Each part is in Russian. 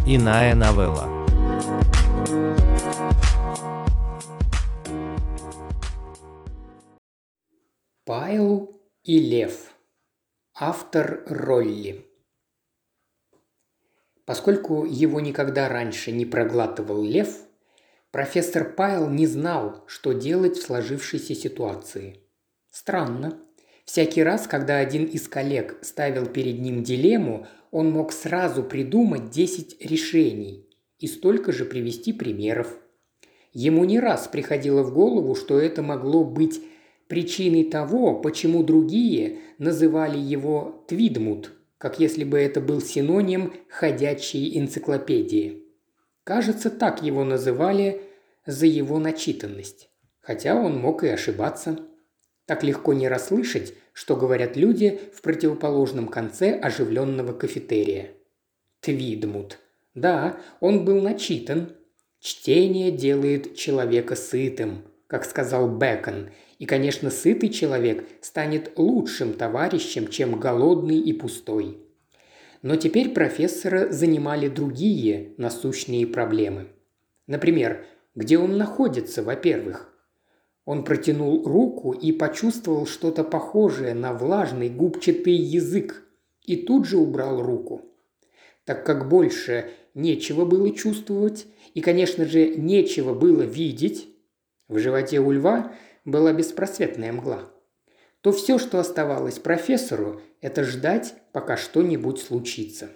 Иная новелла. Пайл и лев. Автор Ролли. Поскольку его никогда раньше не проглатывал лев, профессор Пайл не знал, что делать в сложившейся ситуации. Странно. Всякий раз, когда один из коллег ставил перед ним дилемму, он мог сразу придумать 10 решений и столько же привести примеров. Ему не раз приходило в голову, что это могло быть причиной того, почему другие называли его Твидмут, как если бы это был синоним ходячей энциклопедии. Кажется, так его называли за его начитанность. Хотя он мог и ошибаться. Так легко не расслышать, что говорят люди в противоположном конце оживленного кафетерия. Твидмут. Да, он был начитан. Чтение делает человека сытым, как сказал Бэкон, и, конечно, сытый человек станет лучшим товарищем, чем голодный и пустой. Но теперь профессора занимали другие насущные проблемы. Например, где он находится, во-первых. Он протянул руку и почувствовал что-то похожее на влажный губчатый язык, и тут же убрал руку. Так как больше нечего было чувствовать и, конечно же, нечего было видеть, в животе у льва была беспросветная мгла, то все, что оставалось профессору, это ждать, пока что-нибудь случится.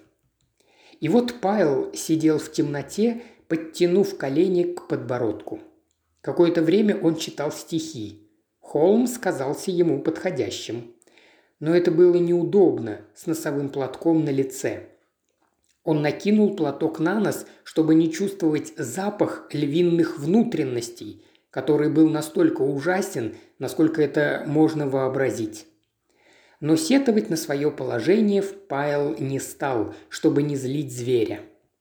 И вот Пайл сидел в темноте, подтянув колени к подбородку. Какое-то время он читал стихи. Холмс казался ему подходящим. Но это было неудобно с носовым платком на лице. Он накинул платок на нос, чтобы не чувствовать запах львиных внутренностей, который был настолько ужасен, насколько это можно вообразить. Но сетовать на свое положение Пайл не стал, чтобы не злить зверя.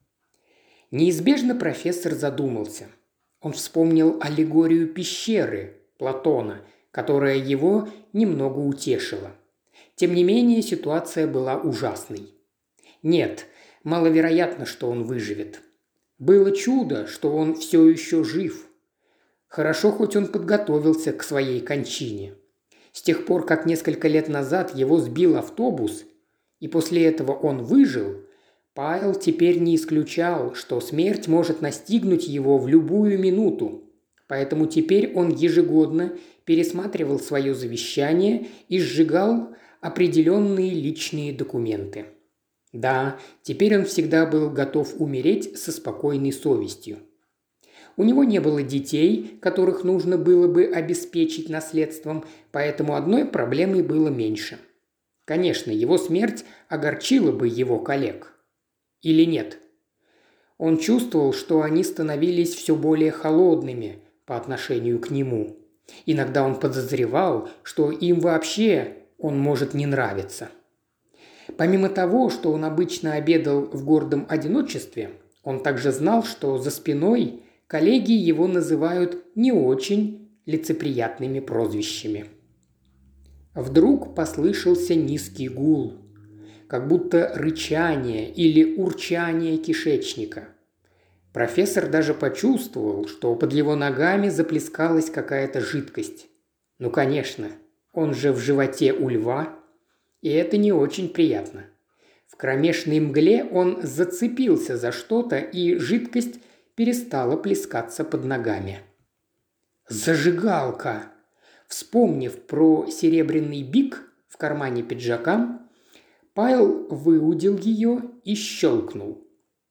Неизбежно профессор задумался. Он вспомнил аллегорию пещеры Платона, которая его немного утешила. Тем не менее, ситуация была ужасной. Нет, маловероятно, что он выживет. Было чудо, что он все еще жив. Хорошо, хоть он подготовился к своей кончине. С тех пор, как несколько лет назад его сбил автобус, и после этого он выжил, Пайл теперь не исключал, что смерть может настигнуть его в любую минуту. Поэтому теперь он ежегодно пересматривал свое завещание и сжигал определенные личные документы. Да, теперь он всегда был готов умереть со спокойной совестью. У него не было детей, которых нужно было бы обеспечить наследством, поэтому одной проблемой было меньше. Конечно, его смерть огорчила бы его коллег. Или нет? Он чувствовал, что они становились все более холодными по отношению к нему. Иногда он подозревал, что им вообще он может не нравиться. Помимо того, что он обычно обедал в гордом одиночестве, он также знал, что за спиной коллеги его называют не очень лицеприятными прозвищами. Вдруг послышался низкий гул, как будто рычание или урчание кишечника. Профессор даже почувствовал, что под его ногами заплескалась какая-то жидкость. Ну, конечно, он же в животе у льва, и это не очень приятно. В кромешной мгле он зацепился за что-то, и жидкость перестала плескаться под ногами. Зажигалка! Вспомнив про серебряный бик в кармане пиджака, Пайл выудил ее и щелкнул.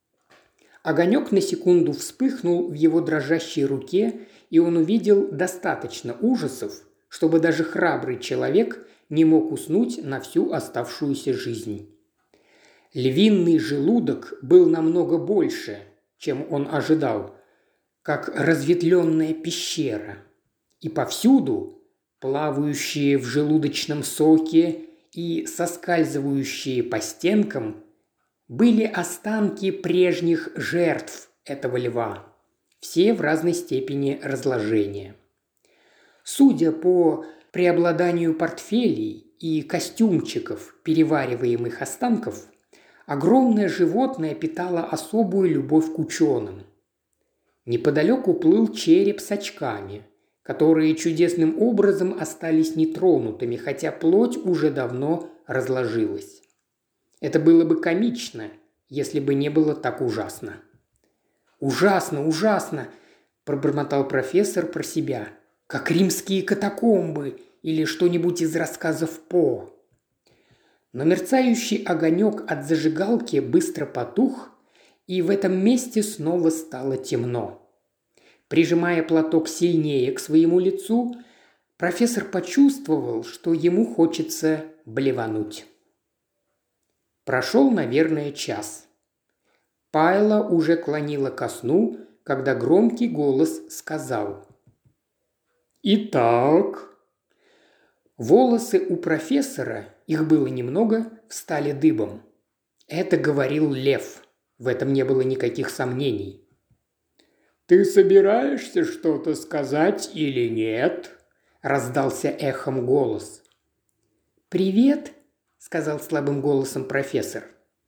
Огонек на секунду вспыхнул в его дрожащей руке, и он увидел достаточно ужасов, чтобы даже храбрый человек не мог уснуть на всю оставшуюся жизнь. Львиный желудок был намного больше, чем он ожидал, как разветвленная пещера. И повсюду, плавающие в желудочном соке и соскальзывающие по стенкам, были останки прежних жертв этого льва, все в разной степени разложения. Судя по преобладанию портфелей и костюмчиков перевариваемых останков, Огромное животное питало особую любовь к ученым. Неподалеку плыл череп с очками, которые чудесным образом остались нетронутыми, хотя плоть уже давно разложилась. Это было бы комично, если бы не было так ужасно. «Ужасно, ужасно!» – пробормотал профессор про себя. «Как римские катакомбы или что-нибудь из рассказов По». Но мерцающий огонек от зажигалки быстро потух, и в этом месте снова стало темно. Прижимая платок сильнее к своему лицу, профессор почувствовал, что ему хочется блевануть. Прошел, наверное, час. Пайла уже клонила ко сну, когда громкий голос сказал: «Итак...» Волосы у профессора, их было немного, встали дыбом. Это говорил лев. В этом не было никаких сомнений. «Ты собираешься что-то сказать или нет?» – раздался эхом голос. «Привет», – сказал слабым голосом профессор.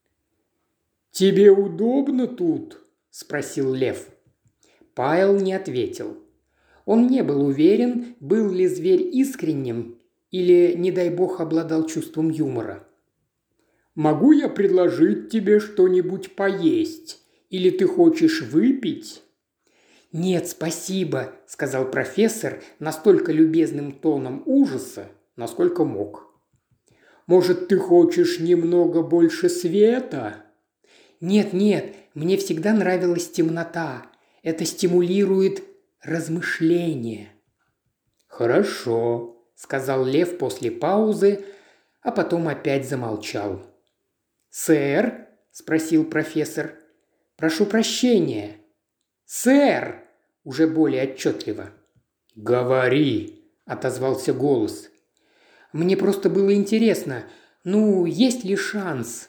«Тебе удобно тут?» – спросил лев. Пайл не ответил. Он не был уверен, был ли зверь искренним или, не дай бог, обладал чувством юмора. «Могу я предложить тебе что-нибудь поесть? Или ты хочешь выпить?» «Нет, спасибо», – сказал профессор настолько любезным тоном ужаса, насколько мог. «Может, ты хочешь немного больше света?» «Нет, мне всегда нравилась темнота. Это стимулирует размышления». «Хорошо», – сказал лев после паузы, а потом опять замолчал. «Сэр?» – спросил профессор. «Прошу прощения». «Сэр!» – уже более отчетливо. «Говори!» – отозвался голос. «Мне просто было интересно, есть ли шанс?»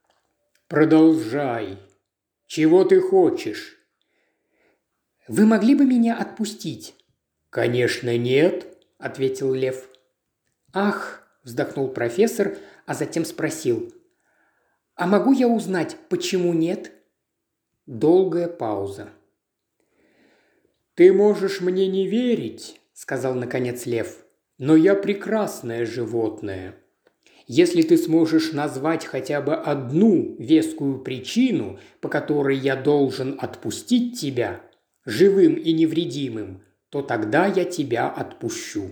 «Продолжай. Чего ты хочешь?» «Вы могли бы меня отпустить?» «Конечно, нет», – ответил лев. «Ах!» – вздохнул профессор, а затем спросил. «А могу я узнать, почему нет?» Долгая пауза. «Ты можешь мне не верить», – сказал наконец лев, – «но я прекрасное животное. Если ты сможешь назвать хотя бы одну вескую причину, по которой я должен отпустить тебя, живым и невредимым, то тогда я тебя отпущу».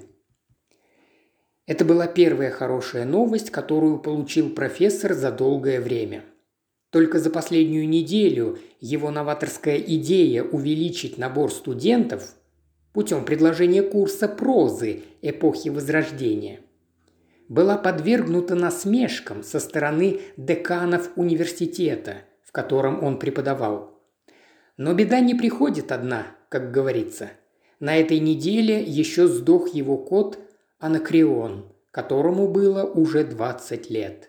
Это была первая хорошая новость, которую получил профессор за долгое время. Только за последнюю неделю его новаторская идея увеличить набор студентов путем предложения курса прозы эпохи Возрождения была подвергнута насмешкам со стороны деканов университета, в котором он преподавал. Но беда не приходит одна, как говорится. На этой неделе еще сдох его кот Анакреон, которому было уже 20 лет.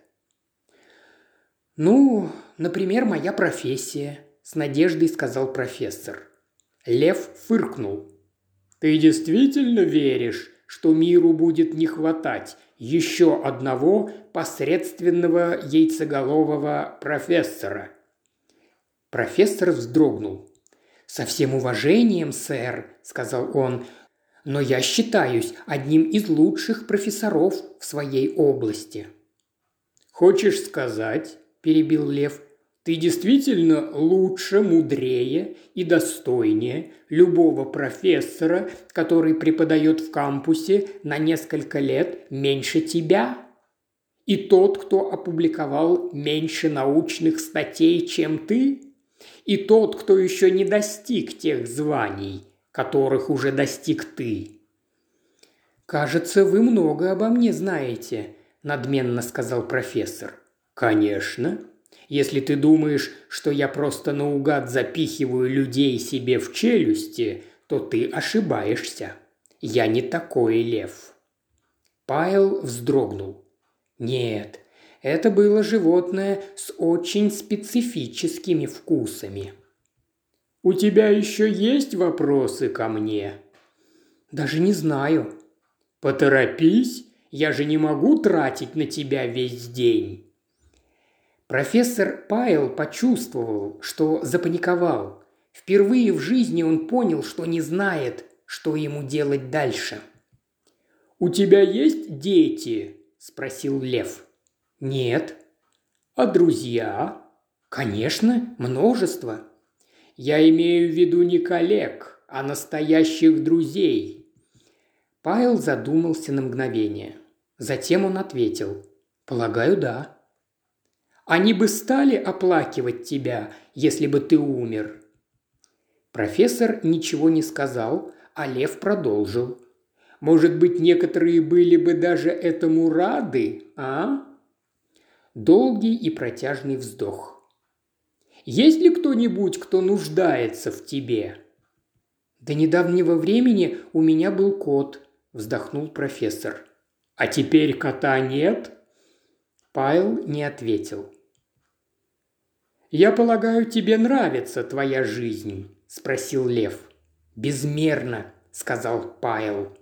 Например, моя профессия», – с надеждой сказал профессор. Лев фыркнул. «Ты действительно веришь, что миру будет не хватать еще одного посредственного яйцеголового профессора?» Профессор вздрогнул. «Со всем уважением, сэр», – сказал он, – «но я считаюсь одним из лучших профессоров в своей области». «Хочешь сказать, – перебил лев, – ты действительно лучше, мудрее и достойнее любого профессора, который преподает в кампусе на несколько лет меньше тебя? И тот, кто опубликовал меньше научных статей, чем ты? И тот, кто еще не достиг тех званий, которых уже достиг ты?» «Кажется, вы много обо мне знаете», – надменно сказал профессор. «Конечно. Если ты думаешь, что я просто наугад запихиваю людей себе в челюсти, то ты ошибаешься. Я не такой лев». Пайл вздрогнул. Нет, это было животное с очень специфическими вкусами. «У тебя еще есть вопросы ко мне?» «Даже не знаю». «Поторопись, я же не могу тратить на тебя весь день». Профессор Пайл почувствовал, что запаниковал. Впервые в жизни он понял, что не знает, что ему делать дальше. «У тебя есть дети?» – спросил Лев. «Нет». «А друзья?» «Конечно, множество». «Я имею в виду не коллег, а настоящих друзей». Пайл задумался на мгновение. Затем он ответил. «Полагаю, да». «Они бы стали оплакивать тебя, если бы ты умер?» Профессор ничего не сказал, а Лев продолжил. «Может быть, некоторые были бы даже этому рады, а?» Долгий и протяжный вздох. «Есть ли кто-нибудь, кто нуждается в тебе?» «До недавнего времени у меня был кот», – вздохнул профессор. «А теперь кота нет?» Пайл не ответил. «Я полагаю, тебе нравится твоя жизнь?» – спросил Лев. «Безмерно», – сказал Пайл.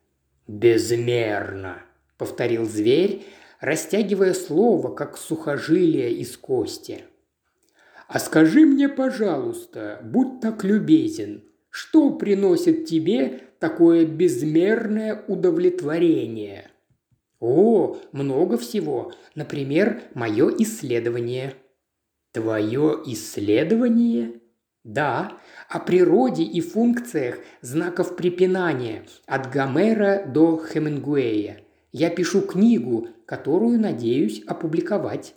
«Безмерно», – повторил зверь, растягивая слово, как сухожилие из кости. «А скажи мне, пожалуйста, будь так любезен, что приносит тебе такое безмерное удовлетворение?» «О, много всего. Например, мое исследование». «Твое исследование?» «Да, о природе и функциях знаков препинания от Гомера до Хемингуэя. Я пишу книгу, которую надеюсь опубликовать».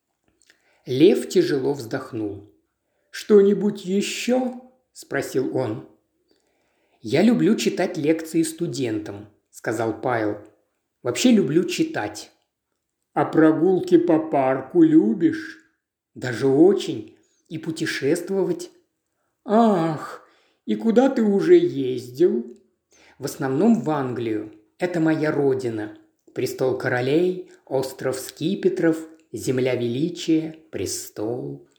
Лев тяжело вздохнул. «Что-нибудь еще?» – спросил он. «Я люблю читать лекции студентам», – сказал Пайл. «Вообще люблю читать». «А прогулки по парку любишь?» «Даже очень. И путешествовать». «Ах, и куда ты уже ездил?» «В основном в Англию. Это моя родина. Престол королей, остров скипетров, земля величия, престол».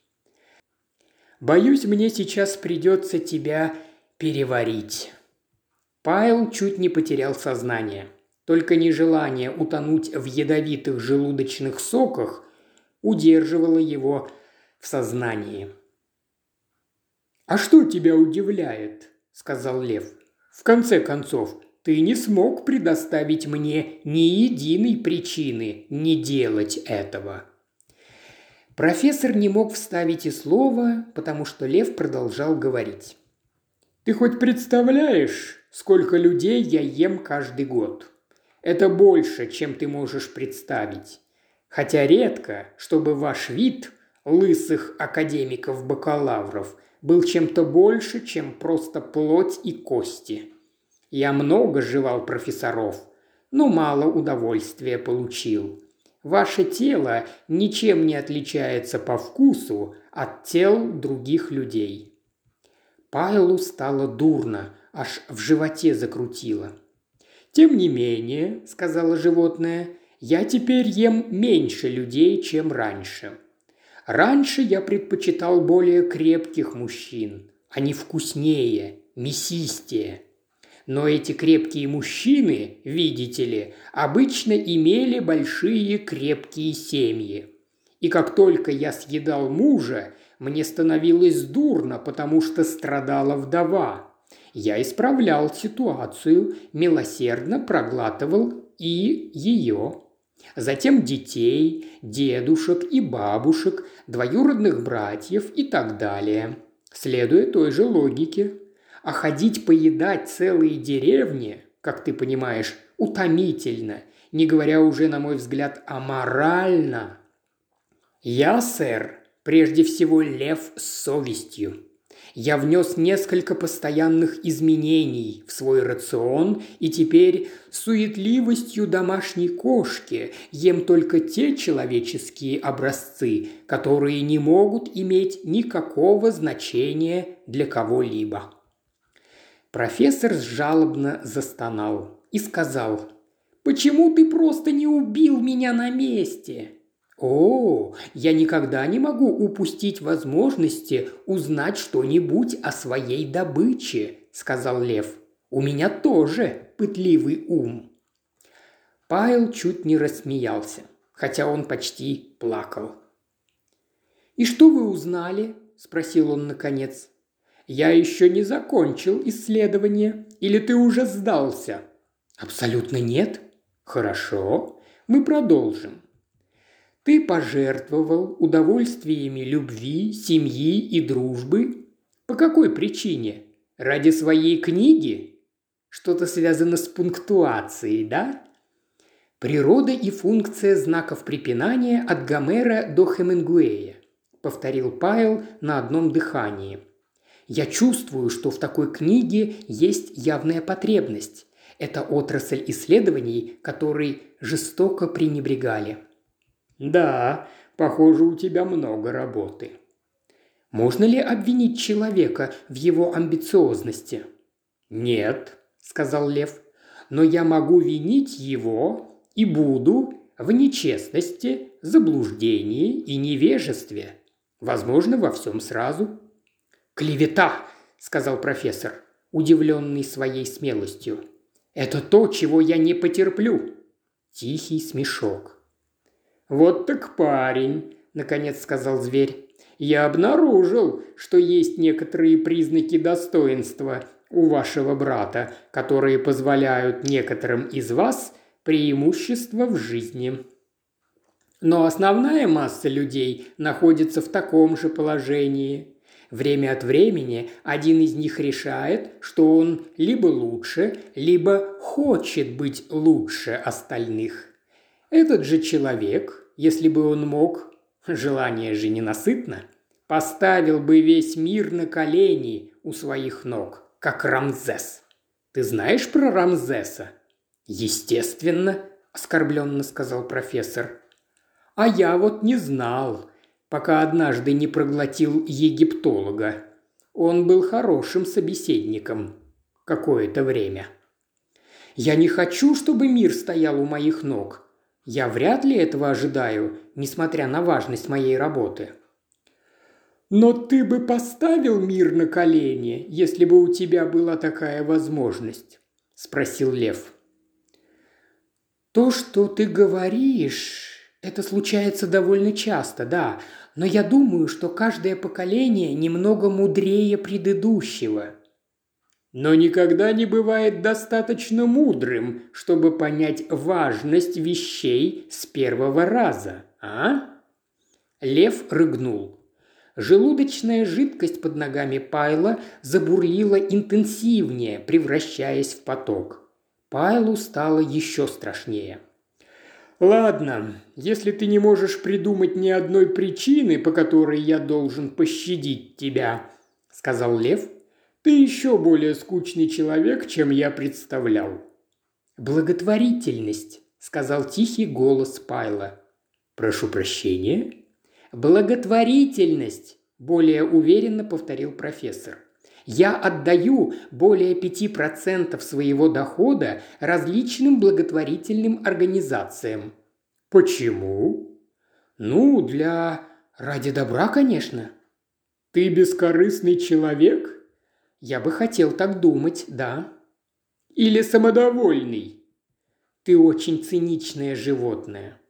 «Боюсь, мне сейчас придется тебя переварить». Пайл чуть не потерял сознание. Только нежелание утонуть в ядовитых желудочных соках удерживало его в сознании. «А что тебя удивляет?» – сказал Лев. «В конце концов, ты не смог предоставить мне ни единой причины не делать этого». Профессор не мог вставить и слова, потому что Лев продолжал говорить. «Ты хоть представляешь, сколько людей я ем каждый год? Это больше, чем ты можешь представить. Хотя редко, чтобы ваш вид, лысых академиков-бакалавров, был чем-то больше, чем просто плоть и кости. Я много жевал профессоров, но мало удовольствия получил. Ваше тело ничем не отличается по вкусу от тел других людей». Пайлу стало дурно, аж в животе закрутило. «Тем не менее, – сказала животное, – я теперь ем меньше людей, чем раньше. Раньше я предпочитал более крепких мужчин. Они вкуснее, мясистее. Но эти крепкие мужчины, видите ли, обычно имели большие крепкие семьи. И как только я съедал мужа, мне становилось дурно, потому что страдала вдова. Я исправлял ситуацию, милосердно проглатывал и ее. Затем детей, дедушек и бабушек, двоюродных братьев и так далее, следуя той же логике. А ходить поедать целые деревни, как ты понимаешь, утомительно, не говоря уже, на мой взгляд, аморально. Я, сэр, прежде всего лев с совестью. Я внес несколько постоянных изменений в свой рацион и теперь с суетливостью домашней кошки ем только те человеческие образцы, которые не могут иметь никакого значения для кого-либо». Профессор жалобно застонал и сказал: «Почему ты просто не убил меня на месте?» «О, я никогда не могу упустить возможности узнать что-нибудь о своей добыче», – сказал Лев. «У меня тоже пытливый ум». Пайл чуть не рассмеялся, хотя он почти плакал. «И что вы узнали?» – спросил он наконец. «Я еще не закончил исследование. Или ты уже сдался?» «Абсолютно нет». «Хорошо, мы продолжим. Ты пожертвовал удовольствиями любви, семьи и дружбы. По какой причине? Ради своей книги? Что-то связано с пунктуацией, да? Природа и функция знаков препинания от Гомера до Хемингуэя», – повторил Пайл на одном дыхании. «Я чувствую, что в такой книге есть явная потребность. Это отрасль исследований, которой жестоко пренебрегали». «Да, похоже, у тебя много работы». «Можно ли обвинить человека в его амбициозности?» «Нет», – сказал Лев, – «но я могу винить его и буду в нечестности, заблуждении и невежестве. Возможно, во всем сразу». «Клевета», – сказал профессор, удивленный своей смелостью. «Это то, чего я не потерплю». Тихий смешок. «Вот так парень», – наконец сказал зверь. «Я обнаружил, что есть некоторые признаки достоинства у вашего брата, которые позволяют некоторым из вас преимущество в жизни. Но основная масса людей находится в таком же положении. Время от времени один из них решает, что он либо лучше, либо хочет быть лучше остальных. Этот же человек, если бы он мог, желание же ненасытно, поставил бы весь мир на колени у своих ног, как Рамзес. Ты знаешь про Рамзеса?» «Естественно», – оскорбленно сказал профессор. «А я вот не знал, пока однажды не проглотил египтолога. Он был хорошим собеседником какое-то время». «Я не хочу, чтобы мир стоял у моих ног. Я вряд ли этого ожидаю, несмотря на важность моей работы». «Но ты бы поставил мир на колени, если бы у тебя была такая возможность?» – спросил Лев. «То, что ты говоришь, это случается довольно часто, да, но я думаю, что каждое поколение немного мудрее предыдущего». «Но никогда не бывает достаточно мудрым, чтобы понять важность вещей с первого раза, а?» Лев рыгнул. Желудочная жидкость под ногами Пайла забурлила интенсивнее, превращаясь в поток. Пайлу стало еще страшнее. «Ладно, если ты не можешь придумать ни одной причины, по которой я должен пощадить тебя», – сказал Лев, – «ты еще более скучный человек, чем я представлял». «Благотворительность», – сказал тихий голос Пайла. «Прошу прощения?» «Благотворительность», – более уверенно повторил профессор. «Я отдаю более 5% своего дохода различным благотворительным организациям». «Почему?» «Ну, ради добра, конечно». «Ты бескорыстный человек?» «Я бы хотел так думать, да». «Или самодовольный?» «Ты очень циничное животное».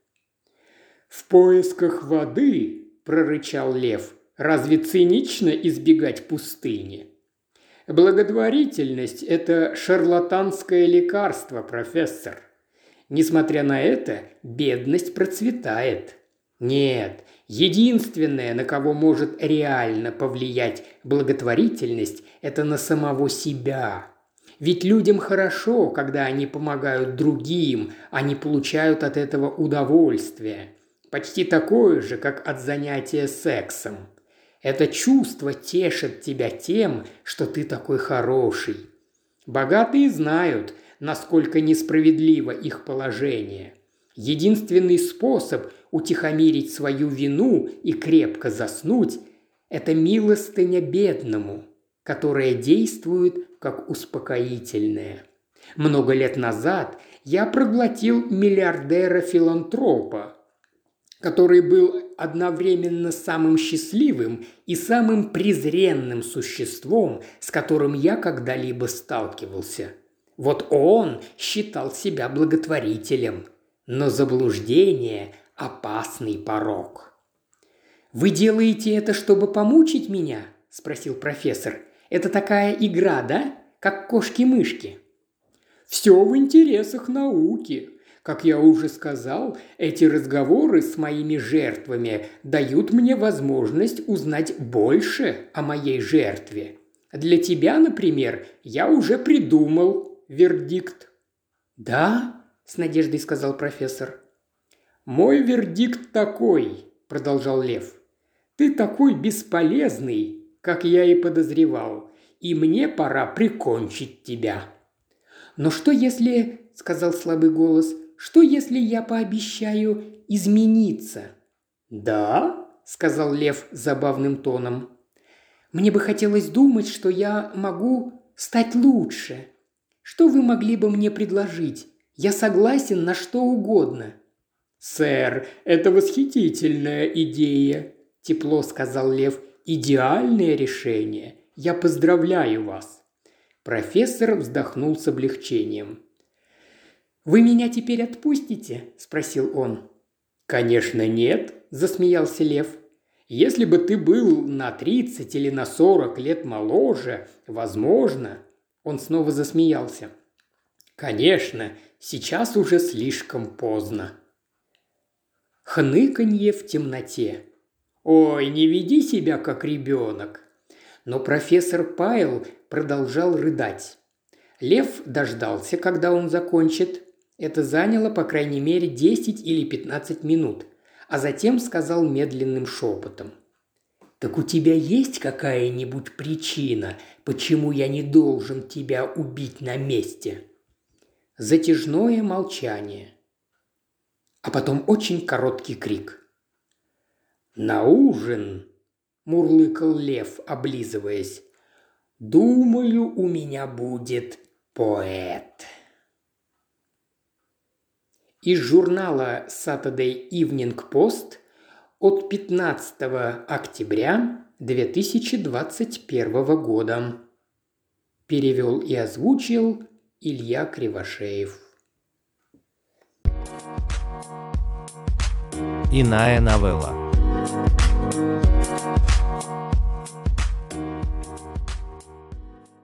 «В поисках воды», – прорычал Лев, – «разве цинично избегать пустыни?» «Благотворительность – это шарлатанское лекарство, профессор. Несмотря на это, бедность процветает. Нет, единственное, на кого может реально повлиять благотворительность – это на самого себя. Ведь людям хорошо, когда они помогают другим, они получают от этого удовольствие. Почти такое же, как от занятия сексом. Это чувство тешит тебя тем, что ты такой хороший. Богатые знают, насколько несправедливо их положение. Единственный способ утихомирить свою вину и крепко заснуть – это милостыня бедному, которая действует как успокоительное. Много лет назад я проглотил миллиардера-филантропа, который был одновременно самым счастливым и самым презренным существом, с которым я когда-либо сталкивался. Вот он считал себя благотворителем, но заблуждение – опасный порок. «Вы делаете это, чтобы помучить меня?» – спросил профессор. «Это такая игра, да? Как кошки-мышки?» «Все в интересах науки. Как я уже сказал, эти разговоры с моими жертвами дают мне возможность узнать больше о моей жертве. Для тебя, например, я уже придумал вердикт». «Да?» – с надеждой сказал профессор. «Мой вердикт такой», – продолжал Лев. «Ты такой бесполезный, как я и подозревал, и мне пора прикончить тебя». «Но что если, – сказал слабый голос, – что если я пообещаю измениться?» «Да?» – сказал Лев забавным тоном. «Мне бы хотелось думать, что я могу стать лучше. Что вы могли бы мне предложить? Я согласен на что угодно». «Сэр, это восхитительная идея», – тепло сказал Лев. «Идеальное решение. Я поздравляю вас». Профессор вздохнул с облегчением. «Вы меня теперь отпустите?» – спросил он. «Конечно нет», – засмеялся Лев. «Если бы ты был на 30 или на 40 лет моложе, возможно...» Он снова засмеялся. «Конечно, сейчас уже слишком поздно». Хныканье в темноте. «Ой, не веди себя как ребенок». Но профессор Пайл продолжал рыдать. Лев дождался, когда он закончит. Это заняло, по крайней мере, 10 или 15 минут, а затем сказал медленным шепотом. «Так у тебя есть какая-нибудь причина, почему я не должен тебя убить на месте?» Затяжное молчание. А потом очень короткий крик. «На ужин!» – мурлыкал Лев, облизываясь. «Думаю, у меня будет поэт». Из журнала Saturday Evening Post от 15 октября 2021 года. Перевел и озвучил Илья Кривошеев. Иная новелла.